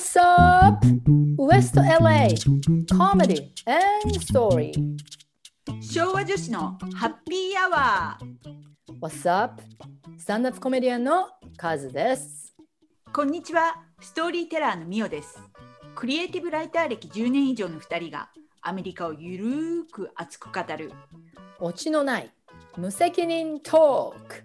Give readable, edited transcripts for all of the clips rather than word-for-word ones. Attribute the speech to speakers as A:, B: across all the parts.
A: What's up? West LA Comedy and Story.
B: 昭和女子のハッピーアワー。
A: What's up? スタンダップコメディアンのカズです。
B: こんにちは、ストーリーテラーのミオです。クリエイティブライター歴10年以上の2人がアメリカをゆるーく熱く語る
A: オチのない無責任トーク。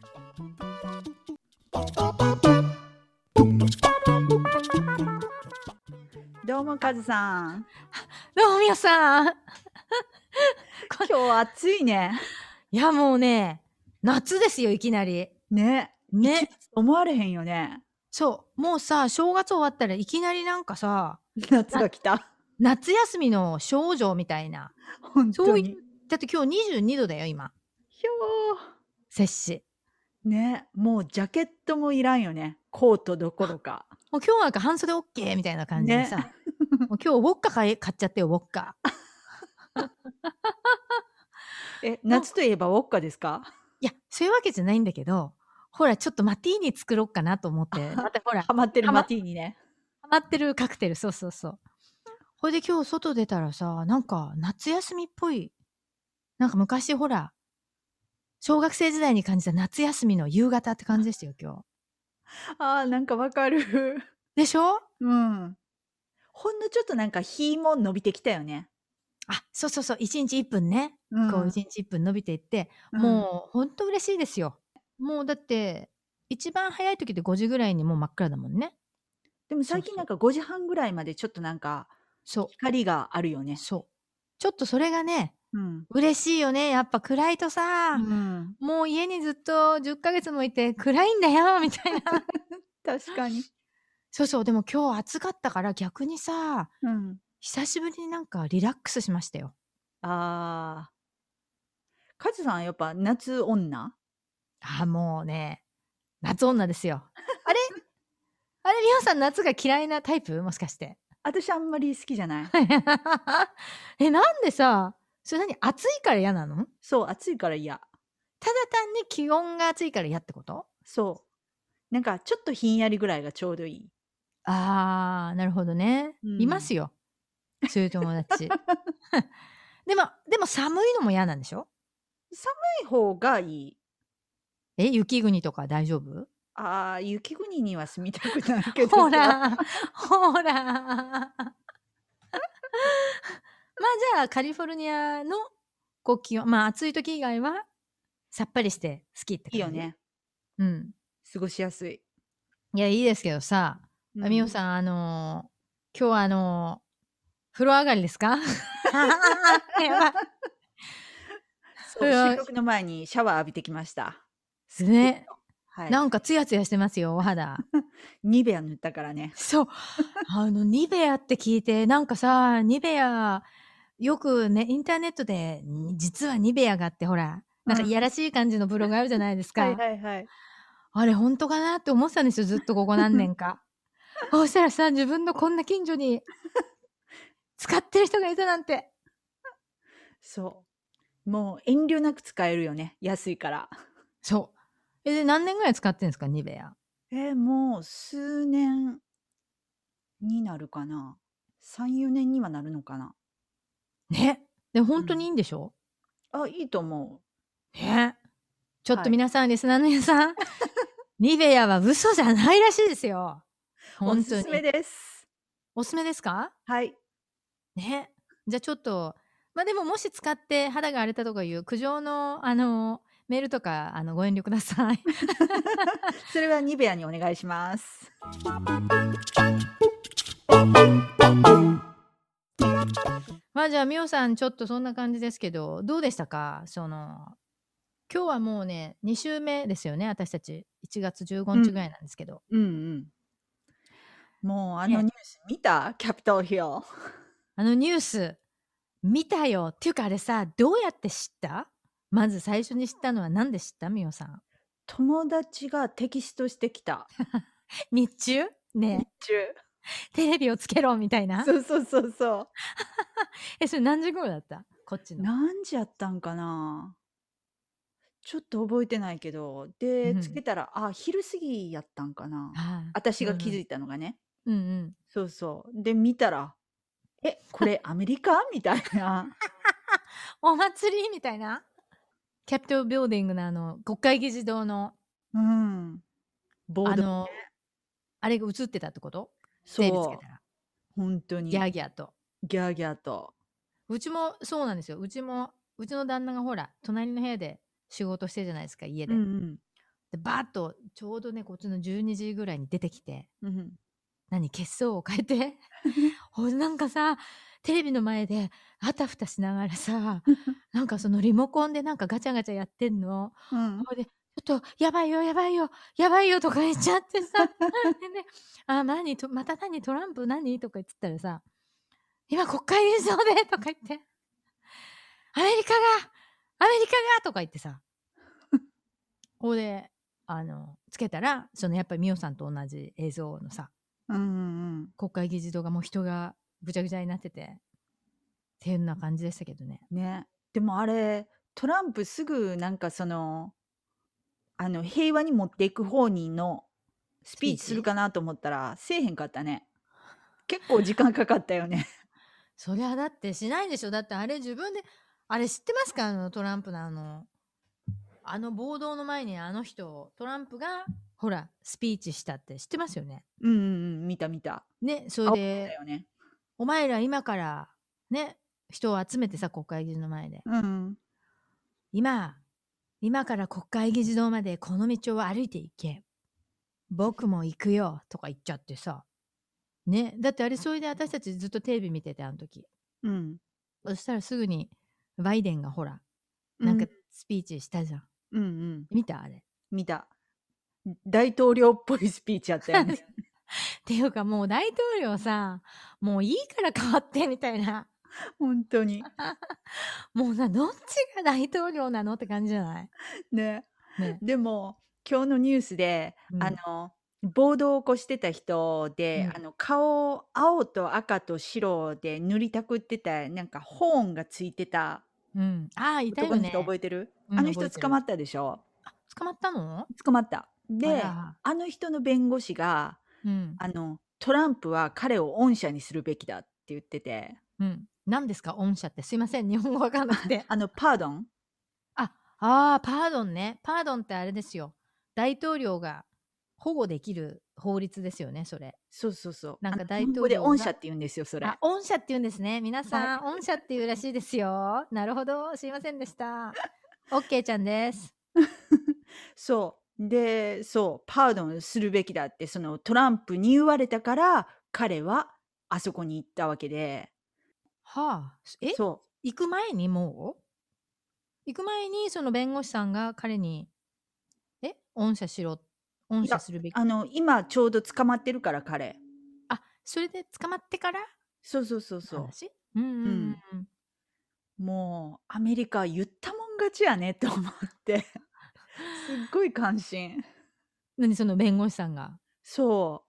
B: どうもカズさん。
C: どうもみよさん。
B: 今日暑いね。
C: いやもうね、夏ですよいきなり。
B: ね。思われへんよね。
C: そう、もうさ、正月終わったらいきなりなんかさ、
B: 夏が来た。
C: 夏休みの少女みたいな。
B: 本当に。
C: だって今日22度だよ今。
B: ひょ
C: 摂氏。
B: ー。ね、もうジャケットもいらんよね。コートどころか。
C: もう今日なんか半袖 OK みたいな感じでさ。
B: ね、
C: もう今日ウォッカ買っちゃってよウォッカ。
B: 夏といえばウォッカですか？
C: いやそういうわけじゃないんだけど、ほらちょっとマティーニ作ろうかなと思って。またほら
B: ハマってるマティーニね。
C: ハマってるカクテル、そうそうそう。ほいで今日外出たらさ、なんか夏休みっぽい。なんか昔ほら、小学生時代に感じた夏休みの夕方って感じでしたよ、今日。
B: ああ、なんかわかる。
C: でしょ？
B: うん。ほんのちょっとなんか日も伸びてきたよね。
C: あ、そうそうそう、1日1分ね。
B: うん
C: こう1日1分伸びていって、
B: うん
C: もうほんと嬉しいですよ。もうだって、一番早い時で5時ぐらいにもう真っ暗だもんね。
B: でも最近なんか5時半ぐらいまでちょっとなんか
C: そう、
B: 光があるよね。
C: そう。ちょっとそれがね、
B: うん。
C: 嬉しいよね。やっぱ暗いとさ、
B: うん。
C: もう家にずっと10ヶ月もいて暗いんだよみたいな。
B: 確かに。
C: そうそう、でも今日暑かったから逆にさ、
B: うん。
C: 久しぶりになんかリラックスしましたよ。
B: ああ。カズさんやっぱ夏女？
C: あ、もうね、夏女ですよ。あれあれ、みほさん夏が嫌いなタイプ？もしかして。
B: 私あんまり好きじゃない。
C: なんでさ、それ暑いから嫌なの？
B: そう、暑いから嫌。
C: ただ単に気温が暑いから嫌ってこと？
B: そう。なんかちょっとひんやりぐらいがちょうどいい。
C: あー、なるほどね。いますよ。そういう友達。でも寒いのも嫌なんでしょ？
B: 寒い方がいい。
C: 雪国とか大丈夫？
B: ああ、雪国には住みたくないけどさ。
C: ほら、ほら。まあじゃあカリフォルニアの気温、まあ暑い時以外はさっぱりして好きって感じ？
B: いいよね。
C: うん。
B: 過ごしやすい。
C: いや、いいですけどさ、
B: うん
C: みおさん、今日は風呂上がりですか？やばい。
B: そう、収録の前にシャワー浴びてきました。
C: ね。
B: はい。
C: なんかツヤツヤしてますよ、お肌。
B: ニベア塗ったからね。
C: そう。ニベアって聞いて、なんかさ、ニベア、よくね、インターネットで、実はニベアがあって、ほら、なんかいやらしい感じのブログあるじゃないですか。
B: はいはいはい。
C: あれ、本当かなって思ってたんですよ、ずっとここ何年か。そしたらさ、自分のこんな近所に使ってる人がいたなんて。
B: そう。もう遠慮なく使えるよね。安いから。
C: そう。で、何年ぐらい使ってんですか、ニベア。
B: もう数年になるかな。3、4年にはなるのかな。
C: ね。で、本当にいいんでしょ？
B: あ、いいと思
C: ね。ちょっと皆さん、リスナーの皆さん、ニベアは嘘じゃないらしいですよ。
B: う。お
C: 本当に。
B: すすめです。
C: おすすめですか？
B: はい。
C: ね。じゃあちょっと、まあでももし使って肌が荒れたとかいう苦情のメールとかご遠慮ください。
B: それはニベアにお願いします。
C: まあじゃあみおさんちょっとそんな感じですけど、どうでしたか？今日はもうね2週目ですよね、私たち1月15日ぐらいなんですけど。
B: うんうん。もうニュース見た？キャピトルヒル。
C: ニュース見たよ。っていうかあれさ、どうやって知った？まず最初に知ったのは何で知った？みおさん。
B: 友達がテキストしてきた。
C: 日中ね。
B: 日中。
C: テレビをつけろみたいな。
B: そうそうそうそう。
C: それ何時頃だった？こっちの。
B: 何時やったんかな。ちょっと覚えてないけど、で、つけたら、昼過ぎやったんかな。私が気づいたのがね。
C: うんうん。
B: そうそう。で、見たら、これアメリカみたいな。
C: お祭りみたいな。キャピトルビルディングの国会議事堂の
B: うん。ボード。
C: あれが映ってたってこと？テレビつけ
B: そう。
C: たら。
B: 本当に。
C: ギャーギャーと。
B: ギャーギャーと。
C: うちもそうなんですよ。うちの旦那がほら、隣の部屋で仕事してるじゃないですか、家で。
B: うんうん。
C: で、バーッと、ちょうどね、こっちの12時ぐらいに出てきて、
B: うん
C: 血相を変えて、ほいでなんかさ、テレビの前であたふたしながらさ、なんかそのリモコンでなんかガチャガチャやってんの。
B: うん
C: ほいで、ちょっとやばいよやばいよやばいよとか言っちゃってさ、でね、またトランプ何とか言ってたらさ、今国会議事堂でとか言って、アメリカがとか言ってさ、ほいで、つけたら、やっぱりミオさんと同じ映像のさ、
B: うんうんうん。
C: 国会議事堂がもう人がぐちゃぐちゃになってて、っていうような感じでしたけどね。
B: ね。でもあれ、トランプすぐなんか平和に持っていく方にのスピーチするかなと思ったら、せえへんかったね。結構時間かかったよね。
C: そりゃだってしないでしょ。だってあれ自分で、あれ知ってますか？トランプの暴動の前にトランプが、ほら、スピーチしたって知ってますよね。
B: うんうんうん、見た見た。
C: ね、それ
B: だ
C: で、
B: よね。
C: お前ら今から、ね、人を集めてさ、国会議事堂の前で。
B: うん。
C: 今から国会議事堂までこの道を歩いて行け。僕も行くよ、とか言っちゃってさ。ね、だってあれ、それで私たちずっとテレビ見てて、あの時。
B: うん。
C: そしたらすぐに、バイデンがほら、なんかスピーチしたじゃん。
B: うんうん。
C: 見たあれ。
B: 見た。大統領っぽいスピーチやったよね。
C: っていうかもう大統領さ、もういいから変わってみたいな。
B: 本当に。
C: もうどっちが大統領なのって感じじゃない？
B: ね。
C: ね。
B: でも、今日のニュースで、暴動を起こしてた人で、顔を青と赤と白で塗りたくってた、なんかホーンがついてた
C: うん。ああ、いた
B: 男の
C: よね。
B: 人覚えてる？
C: うん
B: あの人
C: 覚えてる
B: 捕まったでしょ？
C: 捕まったの？
B: 捕まった。
C: あ
B: で、
C: ら。
B: あの人の弁護士が、
C: うん。
B: トランプは彼を恩赦にするべきだって言ってて。
C: うん。何ですか恩赦って。すいません。日本語わかんなくて。
B: パードン？
C: パードンね。パードンってあれですよ。大統領が保護できる法律ですよね、それ。
B: そうそうそう。
C: なんか大
B: 日本語
C: 統領が
B: で恩赦って言うんですよ、それ。
C: 恩赦って言うんですね。皆さん、恩赦って言うらしいですよ。なるほど。すいませんでした。オッケーちゃんです。
B: そう。で、そう、パードンするべきだって、そのトランプに言われたから、彼はあそこに行ったわけで。
C: はあ。
B: そう。
C: 行く前にその弁護士さんが彼に、恩赦するべき。
B: 今ちょうど捕まってるから、彼。
C: それで捕まってから
B: そうそうそうそう。
C: 話？うんうんうん。
B: もう、アメリカ言ったもん勝ちやねって思って。すっごい関心。
C: 何その弁護士さんが。
B: そう。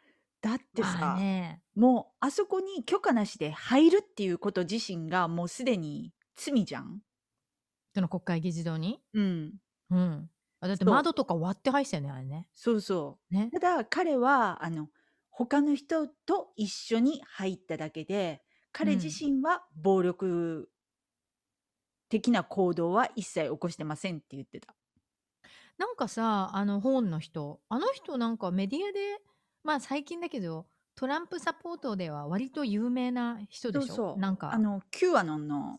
B: だって
C: まあ
B: さ、
C: ね。
B: もうあそこに許可なしで入るっていうこと自身がもうすでに罪じゃん。
C: その国会議事堂に？
B: うん。
C: うん。だって
B: そう。
C: 窓とか割って入ったよね、あれね。
B: そうそう。
C: ね。
B: ただ彼は他の人と一緒に入っただけで、彼自身は暴力的な行動は一切起こしてませんって言ってた。
C: なんかさ、ホーンの人、なんかメディアで、まあ最近だけど、トランプサポートでは割と有名な人でしょ？
B: そうそう。
C: なんか、
B: Q アノンの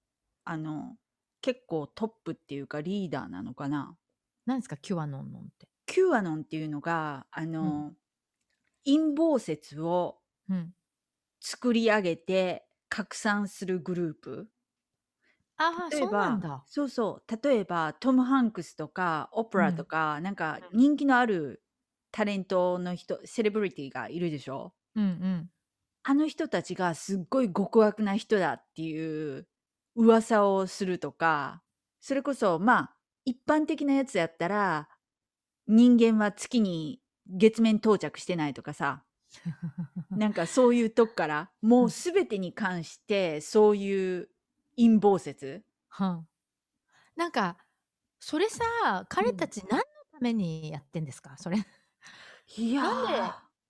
B: 結構トップっていうかリーダーなのかな。
C: 何ですか、キュアノンのって。
B: Q アノンっていうのが陰謀説を作り上げて拡散するグループ。
C: そうなんだ。
B: そうそう。例えばトム・ハンクスとかオプラとか、なんか人気のあるタレントの人、セレブリティがいるでしょ。あの人たちがすっごい極悪な人だっていう噂をするとか、それこそまあ一般的なやつやったら人間は月に月面到着してないとかさなんかそういうとこからもう全てに関してそういう陰謀説、
C: なんかそれさ、彼たち何のためにやってんですか、それ。
B: いや
C: なんで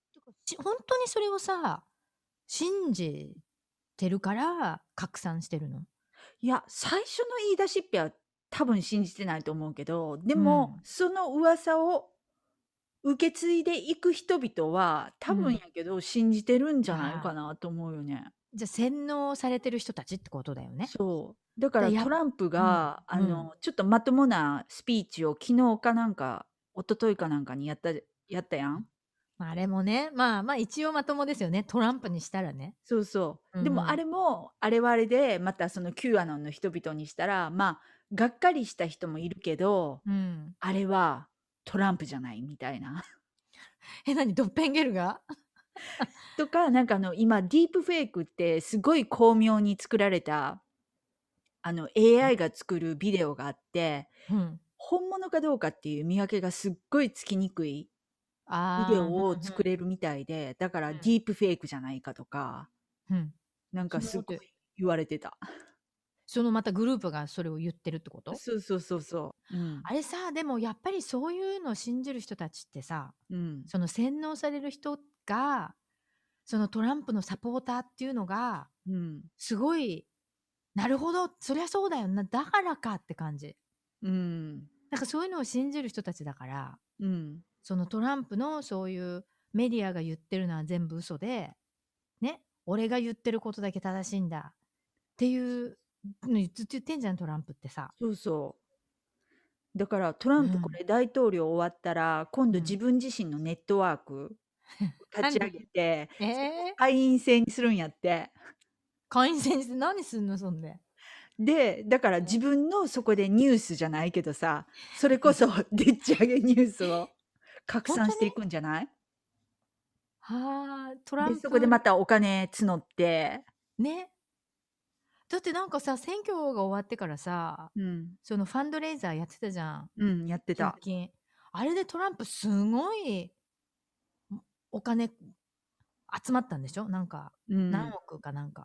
C: 本当にそれをさ、信じてるから拡散してるの？
B: いや、最初の言い出しっぺは多分信じてないと思うけど、で
C: う
B: も、
C: ん。
B: その噂を受け継いでいく人々は、多分やけど信じてるんじゃないかなと思うよね。
C: じゃあ洗脳されてる人たちってことだよね。
B: そう。だからトランプが、ちょっとまともなスピーチを昨日かなんか、一昨日かなんかにやったやん。
C: あれもね、まあ一応まともですよね。トランプにしたらね。
B: そうそう。でもあれも、あれはあれで、またその Q アノンの人々にしたら、がっかりした人もいるけど、あれはトランプじゃないみたいな。
C: 何ドッペンゲルガ
B: とか、なんか今、ディープフェイクってすごい巧妙に作られた、AI が作るビデオがあって、本物かどうかっていう見分けがすっごいつきにくいビデオを作れるみたいで、だからディープフェイクじゃないかとか、なんかすごい言われてた。
C: そのまたグループがそれを言ってるってこと？
B: そうそうそうそう。
C: あれさ、でもやっぱりそういうのを信じる人たちってさ、その洗脳される人が、そのトランプのサポーターっていうのが、すごい、なるほど、そりゃそうだよな、だからかって感じ。なんかそういうのを信じる人たちだから、そのトランプのそういうメディアが言ってるのは全部嘘で、ね、俺が言ってることだけ正しいんだっていうのずっと言ってんじゃん、トランプってさ。
B: そうそう。だからトランプこれ大統領終わったら、今度自分自身のネットワーク立ち上げて、会員制にするんやって。
C: 会員制にして何すんのそんで。
B: で、だから自分のそこでニュースじゃないけどさ、それこそでっち上げニュースを拡散していくんじゃない？
C: はあ、トランプ。
B: で、そこでまたお金募って。
C: ね。だってなんかさ、選挙が終わってからさ、そのファンドレイザーやってたじゃん。
B: やってた。
C: あれでトランプすごいお金集まったんでしょ？なんか、何億かなんか。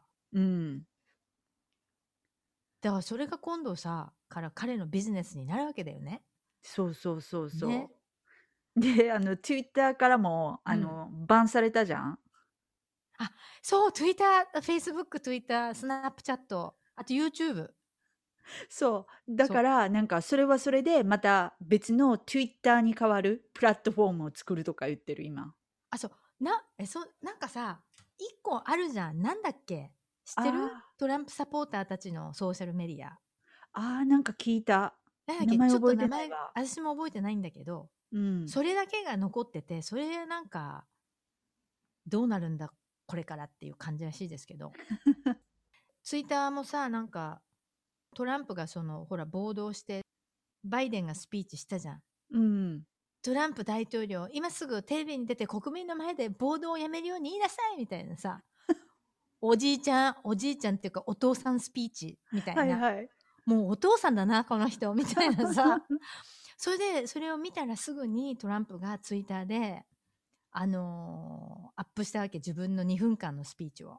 C: だからそれが今度さ、彼のビジネスになるわけだよね。
B: そうそうそうそう。ね、で、Twitter からも、バンされたじゃん？
C: あ、そう、Twitter、Facebook、Twitter、Snapchat、あと YouTube。
B: そう。だから、なんか、それはそれで、また別の Twitter に代わるプラットフォームを作るとか言ってる、今。
C: そう。なんかさ、一個あるじゃん。なんだっけ？知ってる？トランプサポーターたちのソーシャルメディア。
B: なんか聞いた。名前覚えてないわ。
C: 私も覚えてないんだけど、それだけが残ってて、それなんか、どうなるんだ、これからっていう感じらしいですけど。ツイッターもさ、なんか、トランプがほら、暴動して、バイデンがスピーチしたじゃん。トランプ大統領、今すぐテレビに出て国民の前で暴動をやめるように言いなさいみたいなさ、おじいちゃんっていうかお父さんスピーチみたいな。もうお父さんだな、この人、みたいなさ。それを見たらすぐにトランプがツイッターで、アップしたわけ、自分の2分間のスピーチを。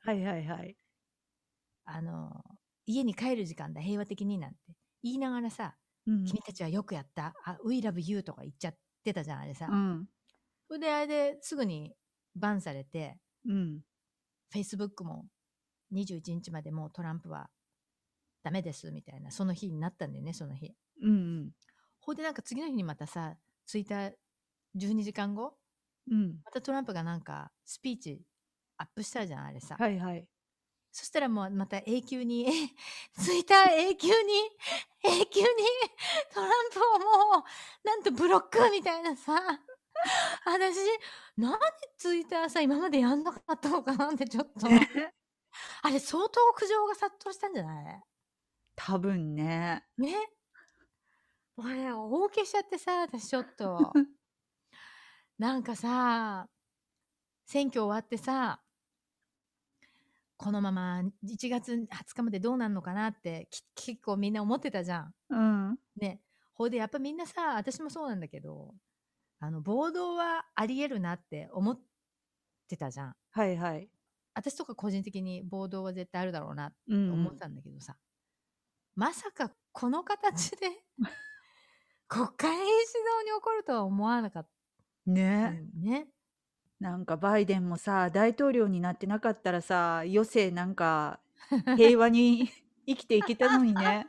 C: 家に帰る時間だ、平和的になんて言いながらさ、君たちはよくやった。We love you とか言っちゃってたじゃん、あれさ。で、あれですぐにバンされて、Facebook も21日までもうトランプはダメですみたいな、その日になったんだよね、その日。ほんでなんか次の日にまたさ、ツイッター12時間後、またトランプがなんかスピーチアップしたじゃん、あれさ。そしたらもうまた永久に、ツイッター永久にトランプをもう、なんとブロックみたいなさ。私、なんでツイッターさ、今までやんなかったのかなってちょっと。あれ相当苦情が殺到したんじゃない？
B: 多分ね。
C: ね。あれ、大消しちゃってさ、私ちょっと。なんかさ、選挙終わってさ、このまま1月20日までどうなんのかなって結構みんな思ってたじゃん。ね。ほいでやっぱみんなさ、私もそうなんだけど、暴動はありえるなって思ってたじゃん。私とか個人的に暴動は絶対あるだろうなって思ってたんだけどさ、まさかこの形で国会議事堂に起こるとは思わなかった。ね。
B: なんかバイデンもさ、大統領になってなかったらさ、余生なんか平和に生きていけたのにね。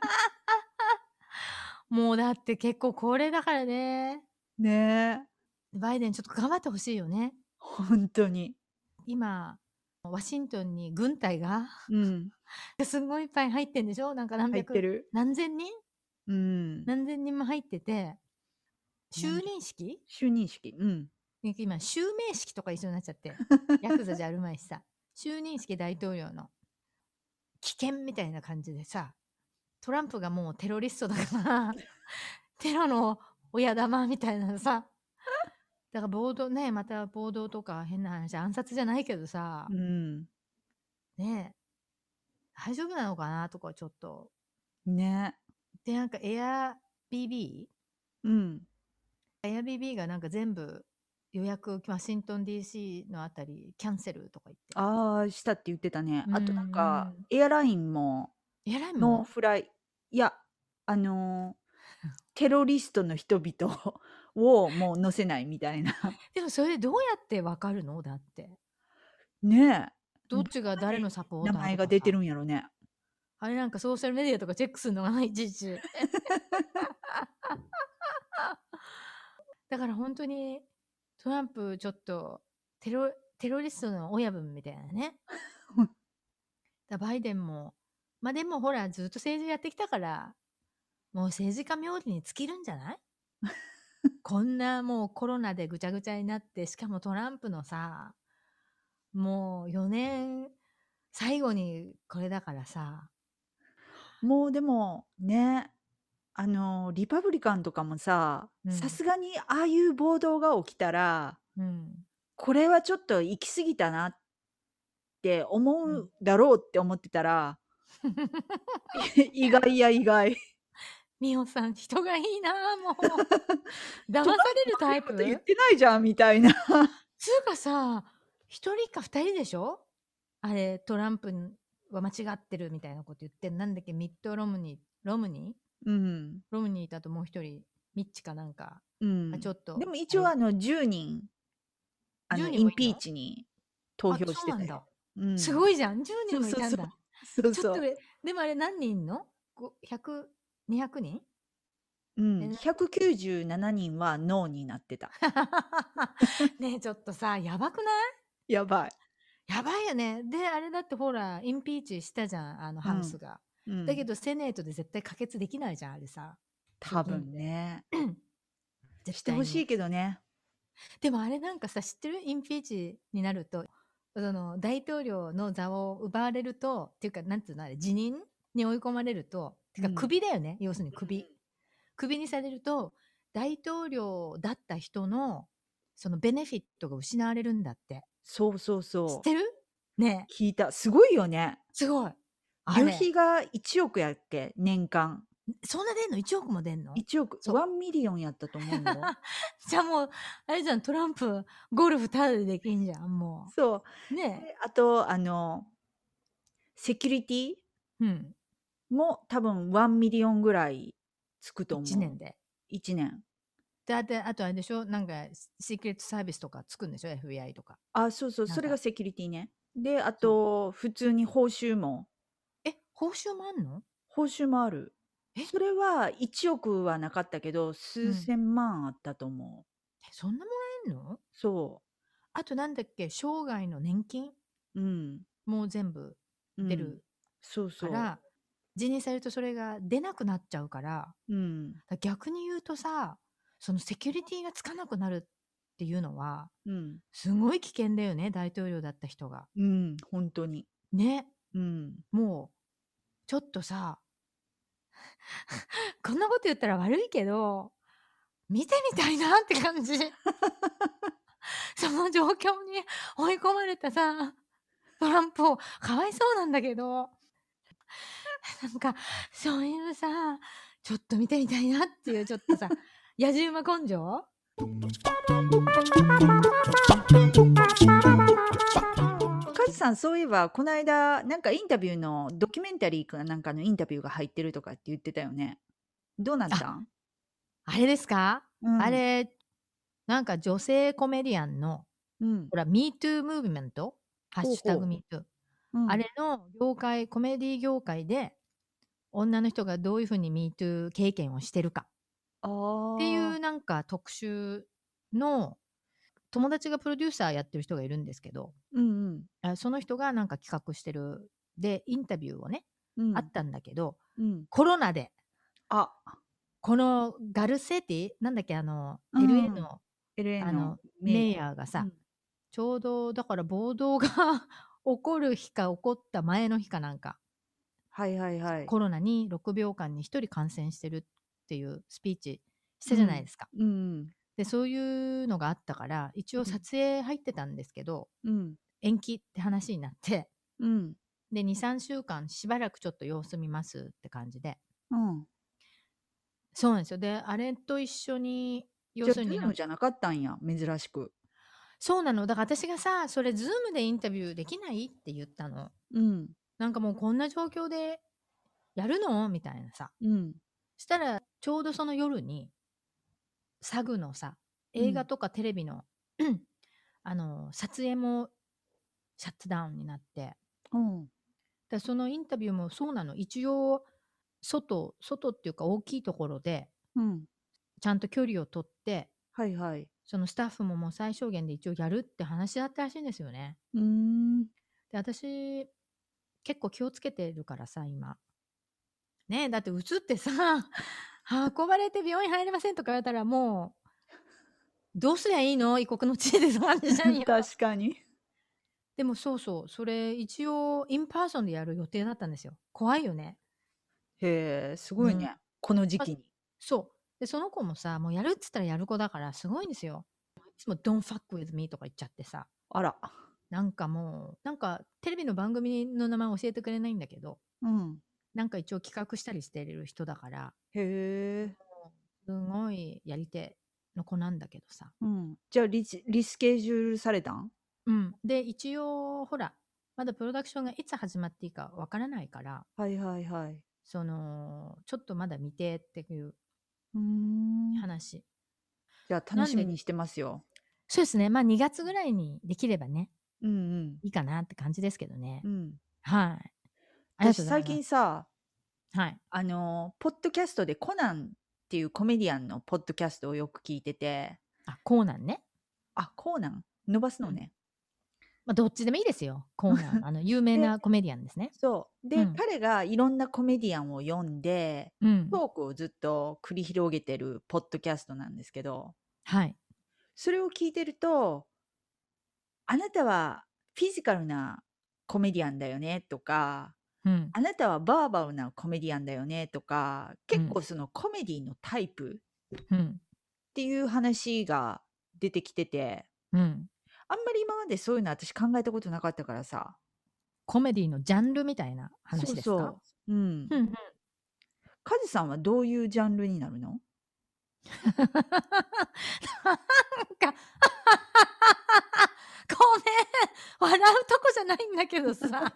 C: もうだって結構高齢だからね。
B: ねえ。
C: バイデンちょっと頑張ってほしいよね。
B: 本当に。
C: 今、ワシントンに軍隊が
B: うん。
C: すごいいっぱい入ってんでしょ？なんか何百、
B: 入ってる。
C: 何千人
B: うん。
C: 何千人も入ってて、就
B: 何十
C: 任式
B: 就任式。うん。
C: 今、襲名式とか一緒になっちゃって。ヤクザじゃあるまいしさ。就任式大統領の危険みたいな感じでさ、トランプがもうテロリストだからテロの親玉みたいなさ。だから暴動ね、また暴動とか変な話、暗殺じゃないけどさ、
B: うん。
C: ねえ、大丈夫なのかなとかちょっと。
B: ね。
C: で、なんかエア BB
B: うん。
C: エア BB がなんか全部予約、ワシントン DC のあたりキャンセルとか言って。
B: ああ、したって言ってたね。
C: うん
B: あとなんか、
C: うん。
B: エアラインも、
C: エアライン
B: ノー
C: も
B: フライ、いや、テロリストの人々をもう乗せないみたいな。
C: でもそれどうやってわかるの？だって。
B: ねえ。
C: どっちが誰のサポー
B: 名
C: ターとかさ。
B: 前が出てるんやろね。
C: あれなんかソーシャルメディアとかチェックするのがない、いちいち。だから本当にトランプちょっとテロリストの親分みたいなね。バイデンも、まあでもほらずっと政治やってきたから、もう政治家冥利に尽きるんじゃない？こんなもうコロナでぐちゃぐちゃになって、しかもトランプのさ、もう4年最後にこれだからさ。
B: もうでもね、リパブリカンとかもさ、さすがにああいう暴動が起きたら、これはちょっと行き過ぎたなって思うだろうって思ってたら、意外や意外。
C: みおさん、人がいいなもう。騙されるタイプ？
B: 言ってないじゃんみたいな。
C: つうかさ、一人か二人でしょ？あれ、トランプは間違ってるみたいなこと言って、なんだっけ、ミッド・ロムニー
B: うん。
C: ロムニーだともう一人、ミッチかなんか。
B: うん。
C: ちょっと。
B: でも一応10人、インピーチに投票してたよ。
C: すごいじゃん。10人もいたんだ。
B: そうそう。
C: でもあれ何人いんの？ 100、200人？
B: うん。197人はノーになってた。
C: ねえ、ちょっとさ、やばくない？
B: やばい。
C: やばいよね。で、あれだってほら、インピーチしたじゃん、ハウスが。だけど、セネートで絶対可決できないじゃん、あれさ。
B: 多分ね。して
C: 絶対に
B: ほしいけどね。
C: でもあれなんかさ、知ってる？インピーチになると、その大統領の座を奪われると、っていうか、なんていうのあれ、辞任に追い込まれると、てか首だよね、要するに首。首にされると、大統領だった人の、そのベネフィットが失われるんだって。
B: そうそうそう。
C: 知ってる？ね。
B: 聞いた。すごいよね。
C: すごい。
B: 旅費が1億やっけ、年間。
C: そんな出んの？ 1 億も出んの？
B: 1億、1ミリオンやったと思うよ。
C: じゃあもう、あれじゃん、トランプ、ゴルフタダでできんじゃん、も
B: う。そう。
C: ね。
B: あと、セキュリティも多分1ミリオンぐらいつくと思う。
C: 1年で。
B: 1年。
C: で、あとあれでしょ？なんか、シークレットサービスとかつくんでしょ？ FBI とか。
B: あ、そうそう。それがセキュリティね。で、あと、普通に報酬も。
C: 報酬もあんの？
B: 報酬もある。それは1億はなかったけど、数千万あったと思う。
C: そんなもらえんの？
B: そう。
C: あとなんだっけ、生涯の年金もう全部出るから、辞任されるとそれが出なくなっちゃうから、逆に言うとさ、そのセキュリティがつかなくなるっていうのは、すごい危険だよね、大統領だった人が。
B: 本当に。
C: ね。もう、ちょっとさ、こんなこと言ったら悪いけど、見てみたいなって感じ。その状況に追い込まれたさ、トランプをかわいそうなんだけど、なんかそういうさ、ちょっと見てみたいなっていうちょっとさ、野じ馬根性？
B: カズさん、そういえばこの間なんかインタビューのドキュメンタリーかなんかのインタビューが入ってるとかって言ってたよね。どうなったん？
C: あれですか？あれなんか女性コメディアンの
B: うん
C: ほら、MeToo ムーブメント、ハッシュタグ
B: ほう
C: MeToo。
B: うん
C: あれの業界、コメディ業界で、女の人がどういうふうに MeToo 経験をしてるかってい
B: あ
C: うなんか特集の、友達がプロデューサーやってる人がいるんですけど、
B: うん
C: その人がなんか企画してる、で、インタビューをね、
B: うん
C: あったんだけど、
B: うん
C: コロナで、
B: あ
C: このガルセティ、なんだっけ、
B: う
C: LA
B: ん
C: の、
B: LA の
C: メイヤーがさ、
B: うん
C: ちょうど、だから暴動が起こる日か起こった前の日かなんか、
B: はいはいはい
C: コロナに6秒間に1人感染してるっていうスピーチしたじゃないですか。
B: うん
C: で、そういうのがあったから、一応撮影入ってたんですけど、
B: うん
C: 延期って話になって、
B: うん
C: で、2、3週間しばらくちょっと様子見ますって感じで。
B: うん
C: そうなんですよ。で、あれと一緒に、
B: じゃあ
C: 要するに
B: ズームじゃなかったんや珍しく
C: そうなの。だから私がさ、それ、ズームでインタビューできないって言ったの。
B: うん
C: なんかもうこんな状況でやるのみたいなさ。
B: うん
C: したら、ちょうどその夜に、サグのさ、映画とかテレビの、撮影もシャットダウンになって、
B: うん
C: でそのインタビューもそうなの。一応、外っていうか大きいところで、
B: うん
C: ちゃんと距離をとって、
B: はいはい
C: そのスタッフももう最小限で一応やるって話だったらしいんですよね。で、私、結構気をつけてるからさ、今。ねえ、だってうつってさ、運ばれて病院入れませんとか言われたらもう、どうすりゃいいの異国の地でそうじゃんよ。
B: 確かに
C: でもそうそう、それ一応インパーソンでやる予定だったんですよ。怖いよね。
B: へえすごいねこの時期に
C: そう。で、その子もさ、もうやるっつったらやる子だからすごいんですよ。いつも Don't fuck with me とか言っちゃってさ。
B: あら
C: なんかもう、なんかテレビの番組の名前教えてくれないんだけど、
B: うん
C: なんか一応企画したりしてる人だから、
B: へえ
C: すごいやり手の子なんだけどさ。
B: じゃあリスケジュールされたん
C: うん。で、一応、ほら、まだプロダクションがいつ始まっていいかわからないから、
B: はいはいはい
C: ちょっとまだ見てっていう
B: じ
C: 話。
B: ゃあ楽しみにしてますよ
C: そうですね。まあ2月ぐらいにできればね、
B: うん
C: いいかなって感じですけどね。
B: うん
C: はい。ありがとうござい
B: 私最
C: ます。
B: 近さ
C: はい。
B: ポッドキャストでコナンっていうコメディアンのポッドキャストをよく聞いてて
C: あ、コーナンね。
B: あコーナン伸ばすのね
C: まあどっちでもいいですよ。コーナン。有名
B: で
C: なコメディアンですね。
B: そうで、彼がいろんなコメディアンを読んで
C: うん。
B: トークをずっと繰り広げてるポッドキャストなんですけど
C: はい。
B: それを聞いてるとあなたはフィジカルなコメディアンだよねとか
C: うん。
B: あなたはバーバルなコメディアンだよねとか結構そのコメディのタイプ
C: うん。
B: っていう話が出てきてて
C: うん。
B: あんまり今までそういうの私考えたことなかったからさ
C: コメディのジャンルみたいな話ですか？
B: そううん
C: うんうん。
B: カズさんはどういうジャンルになるの
C: なんかごめん、笑うとこじゃないんだけどさ、なんか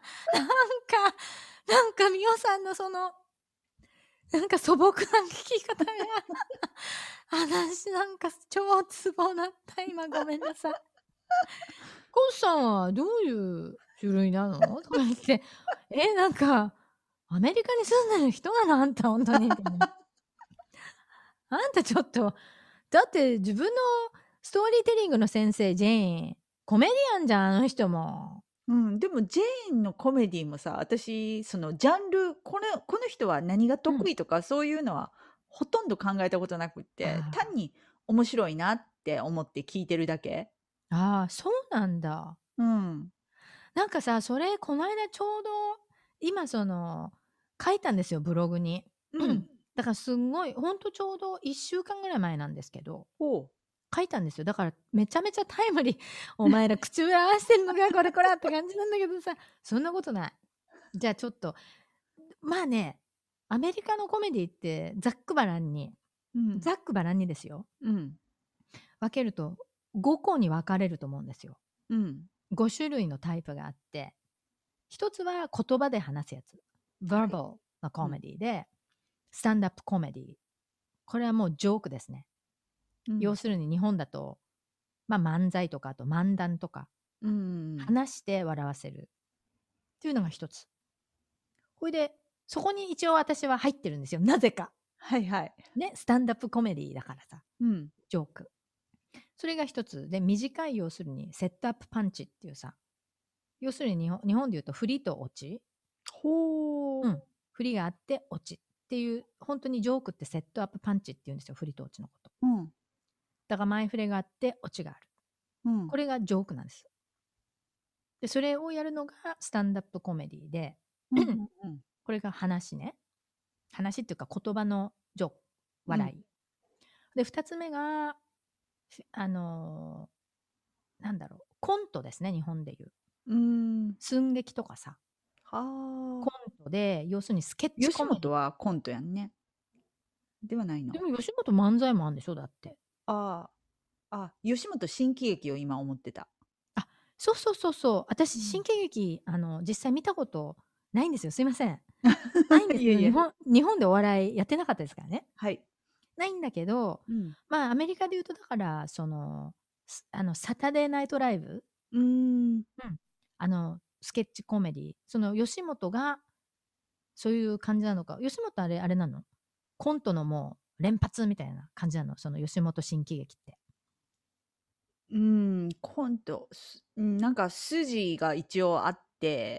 C: みおさんのその、なんか素朴な聞き方が、私なんか超ツボだった、今ごめんなさい。コウさんはどういう種類なのとか言って、なんか、アメリカに住んでる人なのあんた、本当に。あんたちょっと、だって自分のストーリーテリングの先生、ジェーン、コメディアンじゃん、あの人も。
B: でもジェーンのコメディもさ私そのジャンルこの人は何が得意とか、そういうのはほとんど考えたことなくって単に面白いなって思って聞いてるだけ
C: ああ、そうなんだ。なんかさ、それ、この間ちょうど、今書いたんですよ、ブログに。だからすんごい、ほんとちょうど1週間ぐらい前なんですけど、書いたんですよ。だからめちゃめちゃタイムリー。お前ら口裏合わせてんのか、これって感じなんだけどさ、そんなことない。じゃあちょっと、まあね、アメリカのコメディってざっくばらんにですよ。分けると5個に分かれると思うんですよ。5種類のタイプがあって、一つは言葉で話すやつ。verbal のコメディで、スタンダップコメディ。これはもうジョークですね。要するに日本だとまあ漫才とか、あと漫談とか、
B: うん。
C: 話して笑わせるっていうのが一つ。これで、そこに一応私は入ってるんですよ。なぜか。
B: はいはい。
C: ね、スタンダップコメディだからさ、
B: うん。
C: ジョーク。それが一つ。で、短い要するに、セットアップパンチっていうさ、要するに日本で言うと振りとオチ。
B: ほう。
C: 振りがあってオチっていう、本当にジョークってセットアップパンチって言うんですよ、振りとオチのこと。
B: うん。
C: だから前振れがあってオチがある。
B: うん。
C: これがジョークなんです。で、それをやるのがスタンダップコメディで、
B: うんうんうん。
C: これが話ね。話っていうか言葉のジョーク、笑い。で、二つ目が、なんだろう、コントですね、日本でいう。寸劇とかさ、コ
B: は
C: ン
B: あ。
C: トで、要するにスケッチ
B: 吉
C: コメディ。
B: 本はコントやんね。ではないの。
C: でも吉本漫才もあるんでしょ、だって。
B: ああ。あ、吉本新喜劇を今思ってた。
C: あ、そうそうそうそう。私、
B: うん
C: 新喜劇、実際見たことないんですよ。すいません。ないんですよ。
B: いえいえ。
C: 日本でお笑いやってなかったですからね。
B: はい。
C: ないんだけど、
B: うん。
C: まあ、アメリカで言うと、だから、サタデーナイトライブ、
B: うーん。
C: スケッチコメディ、その吉本がそういう感じなのか。吉本あれなの？コントのもう連発みたいな感じなの？その吉本新喜劇って。
B: コント、なんか筋が一応あって、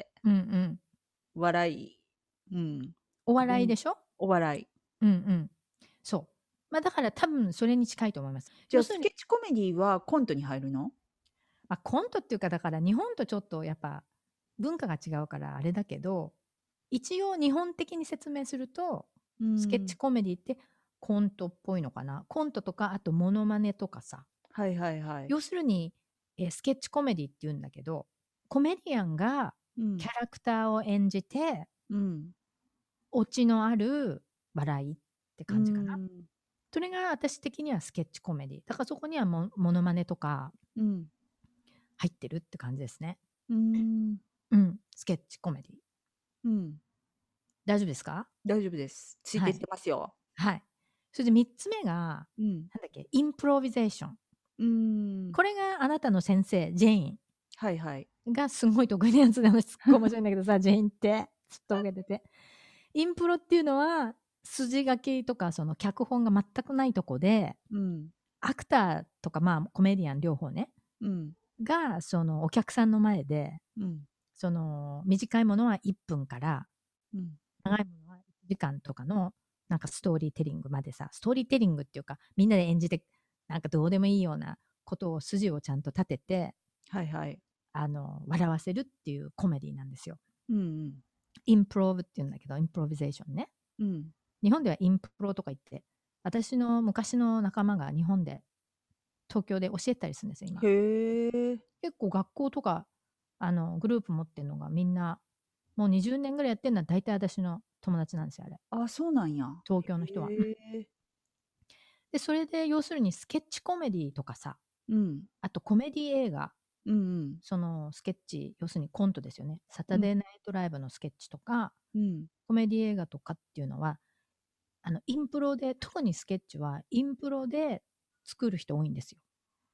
C: うんうん。
B: 笑い、うん、
C: お笑いでしょ？
B: お笑い。
C: うんうん。そう。まあだから多分それに近いと思います。
B: じゃあ、
C: 要するに、
B: スケッチコメディはコントに入るの？
C: まあ、コントっていうかだから日本とちょっとやっぱ文化が違うからあれだけど、一応日本的に説明すると、スケッチコメディってコントっぽいのかな。コントとか、あとモノマネとかさ。
B: はいはいはい。
C: 要するに、スケッチコメディって言うんだけど、コメディアンが
B: うん
C: キャラクターを演じて、
B: うん
C: オチのある笑いって感じかな。
B: うん
C: それが私的にはスケッチコメディ。だからそこにはモノマネとか
B: うん
C: 入ってるって感じですね。
B: うん
C: スケッチコメディ。
B: うん
C: 大丈夫ですか？
B: 大丈夫です。ついてってますよ。
C: はい。それで3つ目が、なんだっけ、インプロビゼーション。これがあなたの先生、ジェイン
B: はいはい。
C: がすごい得意なやつで、すっごい面白いんだけどさ、ジェインって、ずっと受けてて。インプロっていうのは、筋書きとか、その脚本が全くないとこで、アクターとか、まあ、コメディアン両方ね、が、そのお客さんの前で、その短いものは1分から、長いものは1時間とかの、なんかストーリーテリングまでさ、ストーリーテリングっていうか、みんなで演じて、なんかどうでもいいようなことを筋をちゃんと立てて、
B: はいはい。
C: 笑わせるっていうコメディなんですよ。
B: うん
C: インプローブっていうんだけど、インプロビゼーションね。日本ではインプロとか言って、私の昔の仲間が日本で、東京で教えたりするんですよ、今。
B: へえ。
C: 結構学校とか、グループ持ってるのがみんな、もう20年ぐらいやってるのは大体私の友達なんですよ、あれ。
B: あ、そうなんや。
C: 東京の人は。で、それで要するにスケッチコメディとかさ、あとコメディ映画、そのスケッチ、要するにコントですよね。サタデーナイトライブのスケッチとか、コメディ映画とかっていうのは、インプロで、特にスケッチはインプロで作る人多いんですよ。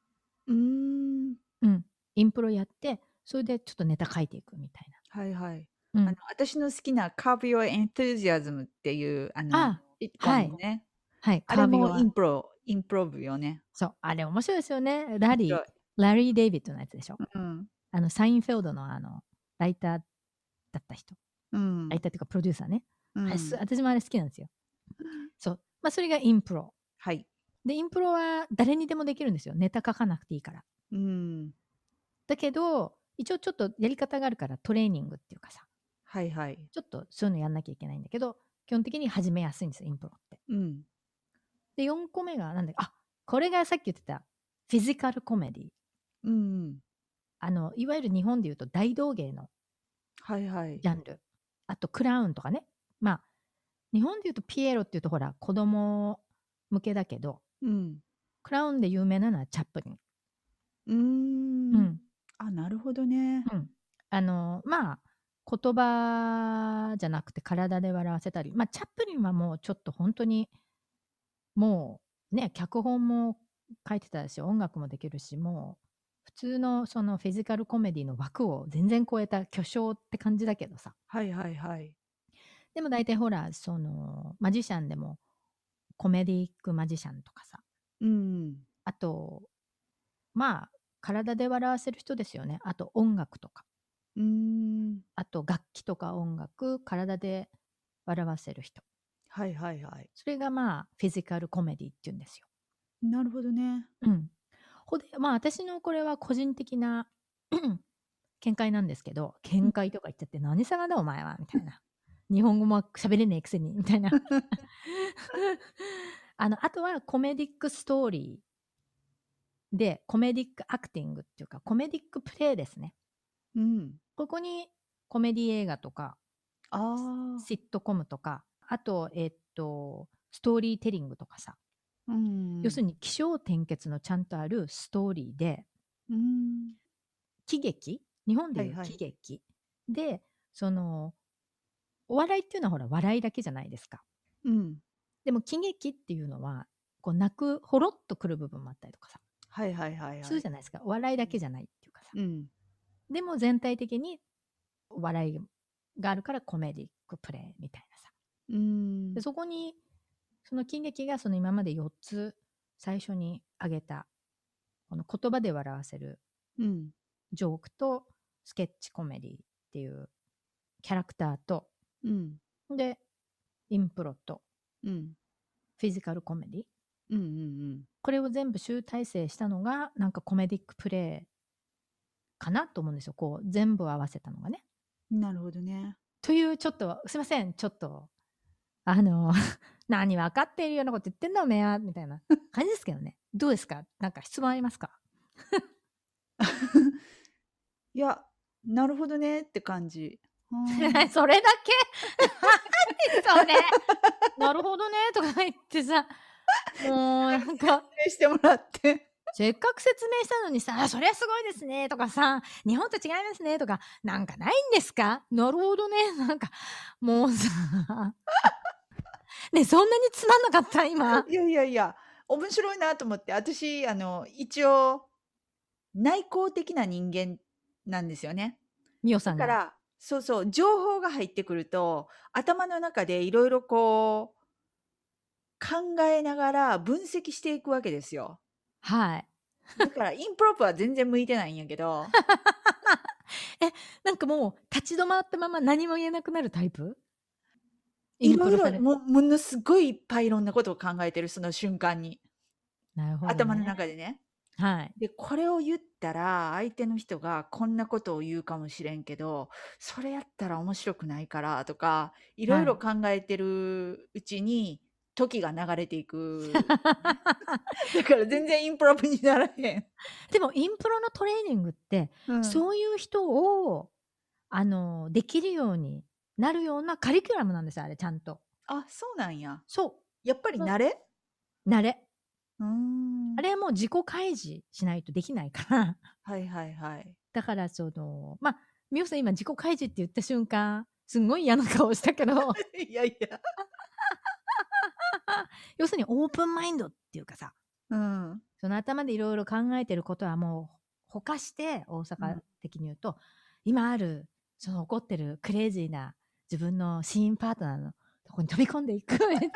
C: インプロやって、それでちょっとネタ書いていくみたいな。
B: はいはい。
C: うん
B: 私の好きな Curb Your Enthusiasm っていう、一
C: はい
B: 本のね。
C: はい、
B: あれも
C: カービオは
B: インプロブよね。
C: そう、あれ面白いですよね。
B: 面白い。
C: ラリー・デイビッドのやつでしょ。
B: うん。
C: サインフェルドのライターだった人。
B: うん
C: ライターっていうかプロデューサーね。
B: うん
C: 私もあれ好きなんですよ。そう。まあ、それがインプロ。
B: はい。
C: で、インプロは誰にでもできるんですよ。ネタ書かなくていいから。だけど、一応ちょっとやり方があるからトレーニングっていうかさ。
B: はいはい。
C: ちょっとそういうのやんなきゃいけないんだけど、基本的に始めやすいんですよ、インプロって。で、4個目が、なんだっけ、これがさっき言ってた、フィジカルコメディ。いわゆる日本で言うと大道芸の
B: はいはい。
C: ジャンル。あと、クラウンとかね。まあ、日本で言うとピエロっていうとほら、子供向けだけど、クラウンで有名なのはチャップリン。
B: あ、なるほどね。
C: まあ、言葉じゃなくて体で笑わせたり、まあ、チャップリンはもうちょっと本当に、もうね、脚本も書いてたし、音楽もできるし、もう普通のそのフィジカルコメディの枠を全然超えた巨匠って感じだけどさ。
B: はいはいはい。
C: でも大体ほら、そのマジシャンでもコメディックマジシャンとかさ。
B: うん。
C: あと、まあ、体で笑わせる人ですよね。あと音楽とか。あと楽器とか音楽、体で笑わせる人。
B: はいはいはい。
C: それがまあ、フィジカルコメディって言うんですよ。
B: なるほどね。
C: うん。まあ私のこれは個人的な見解なんですけど、見解とか言っちゃって何様だお前はみたいな。日本語も喋れねえくせにみたいな。あとはコメディックストーリーで、コメディックアクティングっていうか、コメディックプレイですね。
B: うん。
C: ここにコメディ映画とか、シットコムとか、あと、ストーリーテリングとかさ。要するに起承転結のちゃんとあるストーリーで、喜劇、日本でいう喜劇、で、そのお笑いっていうのはほら笑いだけじゃないですか。でも喜劇っていうのはこう泣くほろっとくる部分もあったりとかさ、するじゃないですか。お笑いだけじゃないっていうかさ、でも全体的に笑いがあるからコメディックプレイみたいなさ。でそこにその喜劇がその今まで4つ最初に挙げたこの言葉で笑わせるジョークとスケッチコメディっていうキャラクターと、でインプロと、フィジカルコメディ、これを全部集大成したのがなんかコメディックプレイかなと思うんですよ。こう全部合わせたのがね。
B: なるほどね。
C: というちょっとすいません、ちょっと何分かっているようなこと言ってんだおめえはみたいな感じですけどね。どうですか？なんか質問ありますか？
B: いや、なるほどねって感じ。
C: それだけそれなるほどねとか言ってさ、もうなんか
B: してもらって
C: せっかく説明したのにさ、それはすごいですねとかさ、日本と違いますねとか、なんかないんですか？なるほどね。なんかもうさね、そんなにつまんなかった今。
B: いやいやいや、面白いなと思って、私、一応、内向的な人間なんですよね。
C: みおさんが。
B: だから、そうそう、情報が入ってくると、頭の中でいろいろこう、考えながら分析していくわけですよ。
C: はい。
B: だから、インプロップは全然向いてないんやけど。
C: なんかもう立ち止まったまま何も言えなくなるタイプ？
B: いろいろ、ものすごいいっぱいいろんなことを考えてる、その瞬間に。
C: なるほどね。
B: 頭の中でね。
C: はい。
B: で、これを言ったら、相手の人がこんなことを言うかもしれんけど、それやったら面白くないからとか、いろいろ考えてるうちに、時が流れていく。だから全然インプロにならへん。
C: でもインプロのトレーニングって、そういう人をできるようになるようなカリキュラムなんですよ、あれちゃんと。
B: あ、そうなんや。
C: そう。
B: やっぱり慣れ？
C: 慣れ。
B: あ
C: れはもう自己開示しないとできないから。
B: はいはいはい。
C: だからまあ、みおさん今自己開示って言った瞬間、すんごい嫌な顔したけど。
B: いやいや。
C: 要するにオープンマインドっていうかさ、
B: そ
C: の頭でいろいろ考えてることはもうほかして、大阪的に言うと、今あるその起こってるクレイジーな自分のシーンパートナーのとこに飛び込んでいく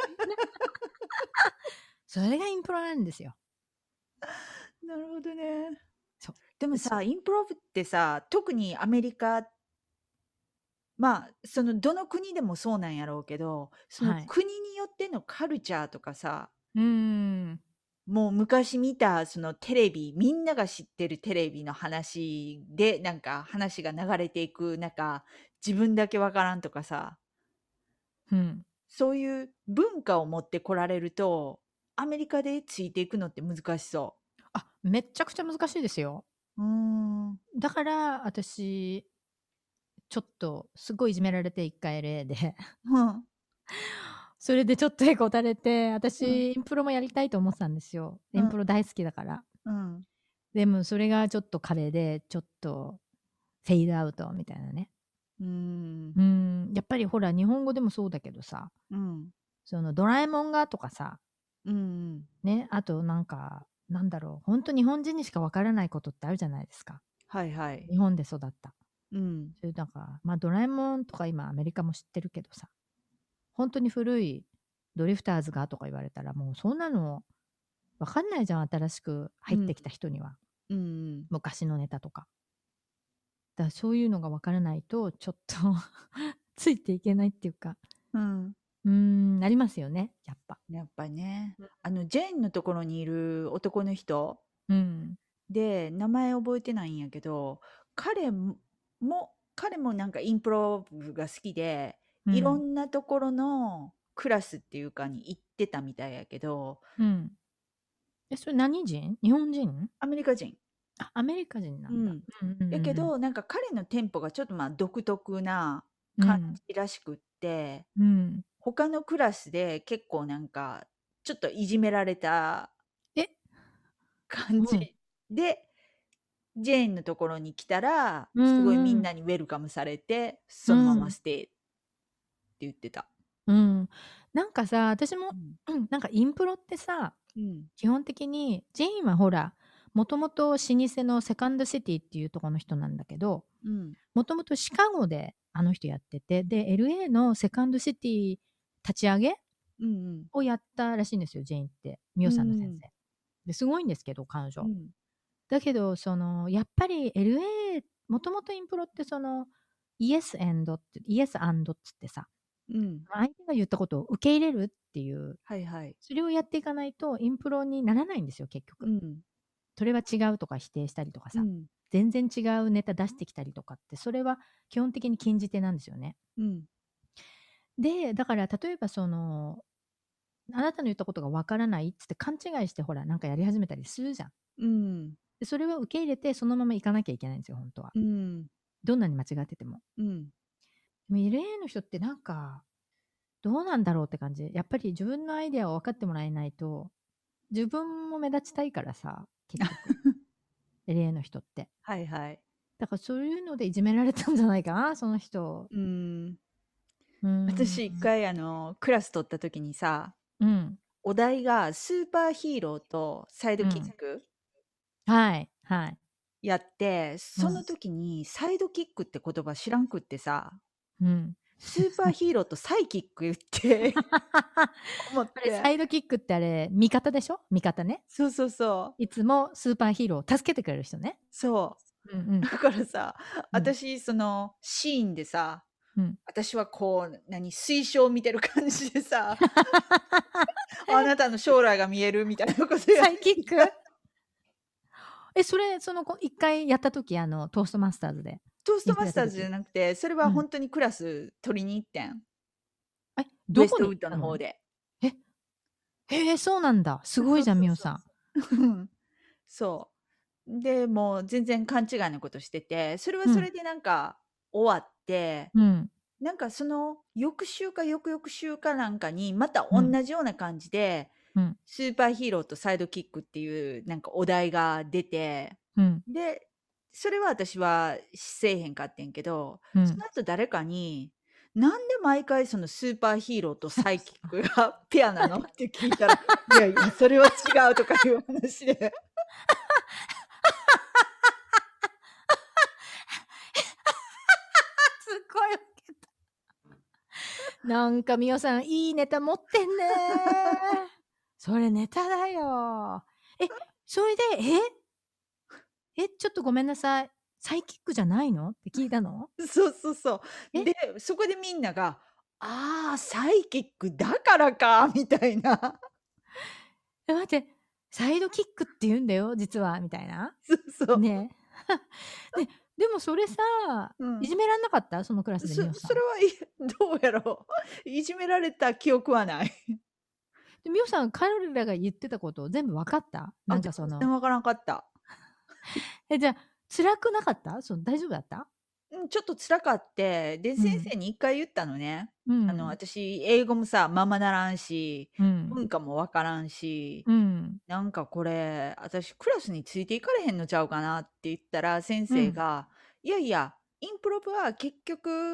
C: それがインプロなんですよ。
B: なるほどね。
C: そう
B: でもさ、インプロってさ、特にアメリカ、まあ、どの国でもそうなんやろうけど、その国によってのカルチャーとかさ、もう昔見たそのテレビ、みんなが知ってるテレビの話で、なんか話が流れていく中、自分だけわからんとかさ、そういう文化を持ってこられると、アメリカでついていくのって難しそう。
C: あ、めっちゃくちゃ難しいですよ。だから私ちょっとすごいいじめられて1回LAでそれでちょっとへこたれて、私、インプロもやりたいと思ってたんですよ。インプロ大好きだから。でもそれがちょっと壁でちょっとフェードアウトみたいなね。やっぱりほら日本語でもそうだけどさ、そのドラえもんがとかさ、ね、あとなんかなんだろう、本当日本人にしかわからないことってあるじゃないですか。
B: はいはい。
C: 日本で育った。
B: うん。
C: そういうなんか、まあドラえもんとか今アメリカも知ってるけどさ、本当に古いドリフターズがとか言われたらもうそんなのわかんないじゃん、新しく入ってきた人には。
B: うん。
C: 昔のネタとか。だからそういうのがわからないと、ちょっとついていけないっていうか、
B: うん。
C: なりますよね、やっぱ。
B: やっぱね。ジェーンのところにいる男の人
C: うん。
B: で、名前覚えてないんやけど、彼もなんかインプロブが好きで、いろんなところのクラスっていうかに行ってたみたいやけど、
C: うん。それ何人？日本人？
B: アメリカ人。
C: あ、アメリカ人な
B: うん
C: だ。
B: ん。やけど、なんか彼のテンポがちょっとまあ独特な感じらしくって、
C: うん。
B: 他のクラスで結構なんか、ちょっといじめられた
C: え、
B: 感じで、ジェーンのところに来たら、
C: うん
B: すごいみ
C: うん。
B: んなにウェルカムされて、そのままステイって言ってた。
C: うん。なんかさ、私も、
B: うん。
C: なんかインプロってさ、
B: うん。
C: 基本的に、ジェインはほら、もともと老舗のセカンドシティっていうところの人なんだけど、
B: うん。
C: もともとシカゴであの人やってて、で、LA のセカンドシティ立ち上げ
B: うんうん。
C: をやったらしいんですよ、ジェインって。ミ
B: う
C: オさんの先
B: ん。
C: 生。で、すごいんですけど、彼女。
B: うん。
C: だけど、やっぱり LA、もともとインプロってイエスアンドっつってさ、
B: うん。
C: 相手が言ったことを受け入れるっていう、
B: はいはい。
C: それをやっていかないとインプロにならないんですよ、結局。
B: うん。
C: それは違うとか否定したりとかさ、
B: うん。
C: 全然違うネタ出してきたりとかって、それは基本的に禁じ手なんですよね。
B: うん。
C: で、だから例えばあなたの言ったことがわからないっつって勘違いしてほら、なんかやり始めたりするじゃん。
B: うん。
C: で、それは受け入れてそのまま行かなきゃいけないんですよ、本当は。
B: うん。
C: どんなに間違ってても。
B: うん。
C: でも LA の人ってなんか、どうなんだろうって感じ。やっぱり自分のアイデアを分かってもらえないと、自分も目立ちたいからさ、結局。LA の人って。
B: はいはい。
C: だからそういうのでいじめられたんじゃないかな、その人。
B: うん。
C: ん。
B: 私一回クラス取った時にさ、
C: うん。
B: お題がスーパーヒーローとサイドキック
C: はい。はい。
B: やって、その時にサイドキックって言葉知らんくってさ、
C: うん。
B: スーパーヒーローとサイキック言って思っ
C: あれ、サ
B: て。
C: イドキックってあれ、味方でしょ？味方ね。
B: そうそうそう。
C: いつもスーパーヒーローを助けてくれる人ね。
B: そう。だからさ、私、そのシーンでさ、私はこう、水晶を見てる感じでさ、あなたの将来が見えるみたいなことや
C: サイキックそれ、一回やった時、トーストマスターズで。
B: トーストマスターズじゃなくて、それは本当にクラス取りに行ってん。
C: どこに
B: ウエストウッドの方で。
C: へえ、そうなんだ。すごいじゃん、みおさん。
B: そう。で、もう全然勘違いなことしてて、それはそれでなんか終わって、なんかその翌週か翌々週かなんかにまた同じような感じで、スーパーヒーローとサイドキックっていうなんかお題が出て、で、それは私はせえへんかってんけど、その後誰かに、なんで毎回そのスーパーヒーローとサイキックがペアなのって聞いたら、いやいや、それは違うとかいう話で。
C: すごいウケた。なんかみおさん、いいネタ持ってんね。それネタだよ。それで、ちょっとごめんなさい。サイキックじゃないのって聞いたの？
B: そうそうそう。で、そこでみんなが、ああ、サイキックだからか、みたいな。
C: 待って、サイドキックって言うんだよ、実は、みたいな。
B: そうそう。
C: ね。でもそれさ、いじめらんなかった？そのクラスでみおさん。
B: それはどうやろう。いじめられた記憶はない。
C: で、みおさん、彼らが言ってたこと全部分かった？なんか
B: 全然分からんかった。
C: じゃあ、辛くなかった？大丈夫だった？
B: ちょっと辛かって、で、先生に一回言ったのね。私、英語もさ、ままならんし、文化も分からんし、なんかこれ、私クラスについていかれへんのちゃうかなって言ったら、先生が、いやいや、インプロブは結局、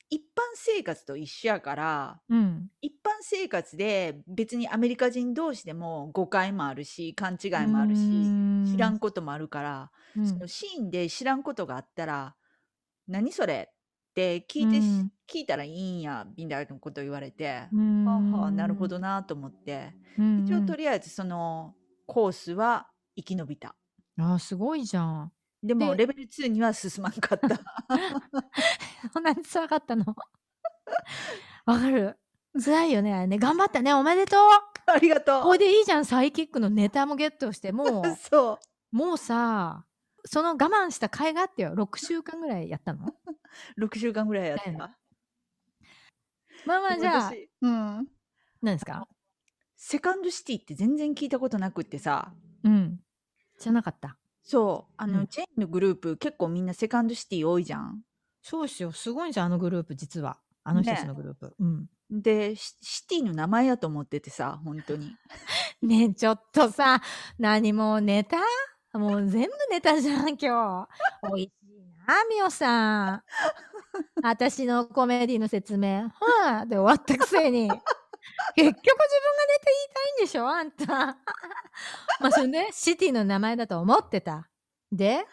B: 一般生活と一緒やから、
C: うん。
B: 一般生活で別にアメリカ人同士でも誤解もあるし、勘違いもあるし、知らんこともあるから、そのシーンで知らんことがあったら、何それって聞いたらいいんや、みたいなこと言われて、はあはあ、なるほどなと思って、一応とりあえずそのコースは生き延びた。
C: すごいじゃん。
B: でも、レベル2には進まんかった。
C: そんなに辛かったの？わかる。辛いよね、あれね。頑張ったね、おめでとう。
B: ありがとう。
C: これでいいじゃん、サイキックのネタもゲットして、もうさ、その我慢した甲斐があってよ。6週間ぐらいやったの
B: ？6週間ぐらいやった。
C: まあじゃあ、何ですか？
B: セカンドシティって全然聞いたことなくってさ。
C: 知らなかった。
B: そう。ジェーンのグループ、結構みんなセカンドシティ多いじゃん。
C: そうしよう。すごいじゃん、あのグループ、実は。あの人たちのグループ。
B: で、シティの名前やと思っててさ、本当に。
C: ねえ、ちょっとさ、何もネタ？もう全部ネタじゃん、今日。おいしいな、みおさん。私のコメディの説明、で終わったくせに。結局自分がネタ言いたいんでしょ、あんた。まあ、それで、シティの名前だと思ってた。で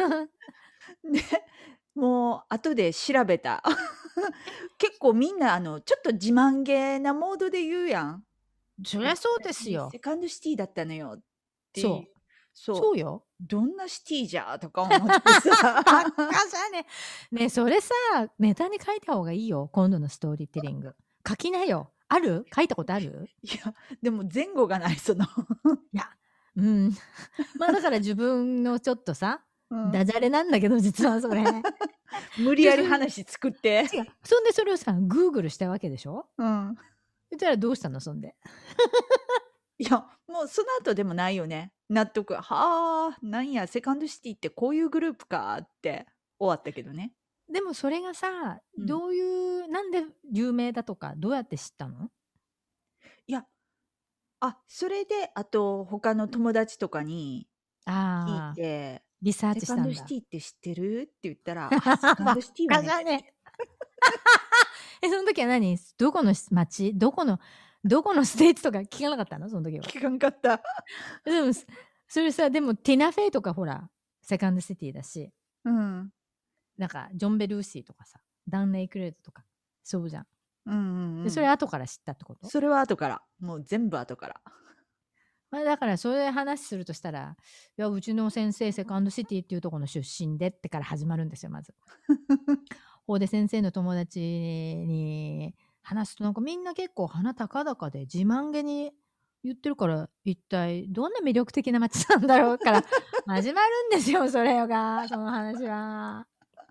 B: もう、後で調べた。結構みんな、ちょっと自慢げなモードで言うやん。
C: そりゃそうですよ。
B: セカンドシティだったのよって。
C: そうよ。
B: どんなシティじゃとか思ってさ。
C: ね、それさ、ネタに書いた方がいいよ。今度のストーリーテリング。書きなよ。ある？書いたことある？
B: いや、でも前後がない、その。
C: いや、まあだから自分のちょっとさ、ダジャレなんだけど、実はそれ。
B: 無理やり話作って。
C: 違う。そんでそれをさ、グーグルしたわけでしょ？
B: そ
C: したらどうしたの、そんで。
B: いや、もうその後でもないよね。納得。はあ、なんや、セカンドシティってこういうグループかって終わったけどね。
C: でもそれがさ、どういう、なんで有名だとか、どうやって知ったの？
B: いや、それで、あと他の友達とかに聞いて、
C: リサーチしたんだ。
B: セカンドシティって知ってるって言ったら、セカンドシティはね。
C: その時は何？どこの町？どこのステージとか聞かなかったの？その時は。
B: 聞かんかった。
C: でも、それさ、でもティナ・フェイとかほら、セカンドシティだし。なんか、ジョン・ベルーシーとかさ、ダン・レイ・クレイトとか、そうじゃん。でそれ後から知ったってこと？
B: それは後から。もう全部後から。
C: まあだからそれで話するとしたら、いや、うちの先生セカンドシティっていうところの出身でってから始まるんですよ、まず。ほで先生の友達に話すと、なんかみんな結構鼻高々で自慢げに言ってるから、一体どんな魅力的な街なんだろうから始まるんですよ、それが、その話は。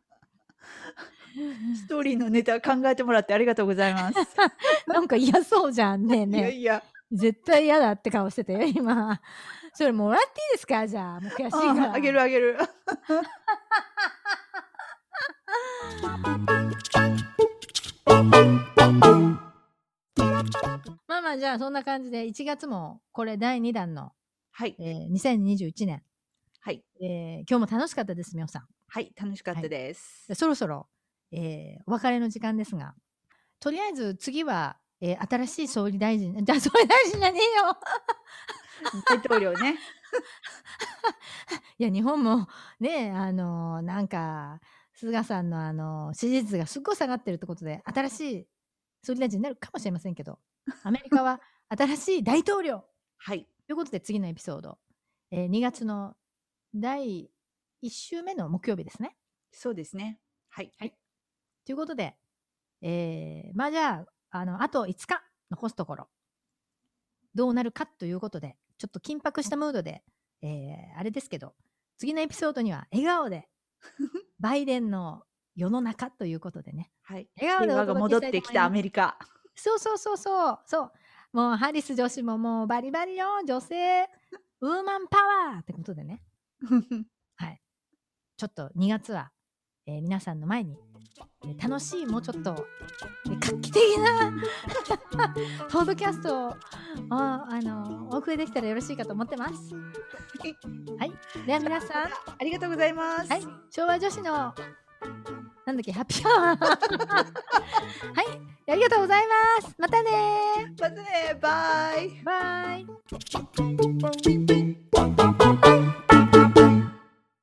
B: ストーリーのネタ考えてもらってありがとうございます。
C: なんか嫌そうじゃんね。
B: いやいや。
C: 絶対嫌だって顔してたよ、今。それもらっていいですか？じゃあ、もう悔しいから。
B: あげるあげる。
C: まあじゃあそんな感じで1月もこれ第2弾の、2021年。
B: はい。
C: 今日も楽しかったです、みおさん。
B: はい、楽しかったです。
C: そろそろ、お別れの時間ですが、とりあえず次は、新しい総理大臣、じゃあ総理大臣じゃねえよ
B: 大統領ね。
C: いや、日本もね、なんか、菅さんの支持率がすっごい下がってるってことで、新しい総理大臣になるかもしれませんけど、アメリカは新しい大統領
B: はい。
C: ということで次のエピソード、2月の第1週目の木曜日ですね。
B: そうですね。はい。
C: ということで、まあじゃあ、あと5日残すところ、どうなるかということで、ちょっと緊迫したムードで、あれですけど、次のエピソードには笑顔で、バイデンの世の中ということでね。
B: はい。
C: 笑顔で
B: 平和が戻ってきたアメリカ。
C: そう。もうハリス女子ももうバリバリよ、女性、ウーマンパワーってことでね。はい。ちょっと2月は、皆さんの前に、楽しい、もうちょっと、画期的なポッドキャストをお送りできたらよろしいかと思ってます。はい。では皆さん、
B: ありがとうございます。
C: はい。昭和女子のなんだっけ、ハッピーアワー。はい、ありがとうございます。またね。
B: またね、バイ。
C: バイ。